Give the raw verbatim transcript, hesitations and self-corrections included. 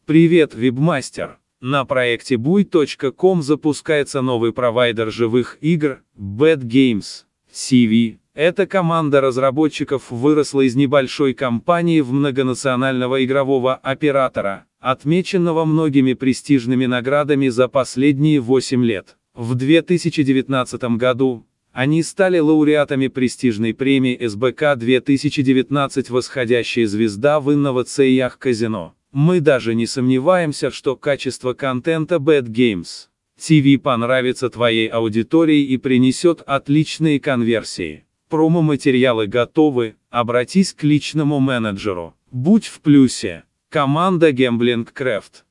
Привет, вебмастер! На проекте буй точка ком запускается новый провайдер живых игр, Bad Games, си ви. Эта команда разработчиков выросла из небольшой компании в многонационального игрового оператора, отмеченного многими престижными наградами за последние восемь лет. В две тысячи девятнадцатом году они стали лауреатами престижной премии эс бэ ка две тысячи девятнадцать «Восходящая звезда» в инновациях казино. Мы даже не сомневаемся, что качество контента Bad Games ти ви понравится твоей аудитории и принесет отличные конверсии. Промо-материалы готовы, обратись к личному менеджеру. Будь в плюсе. Команда Gambling Craft.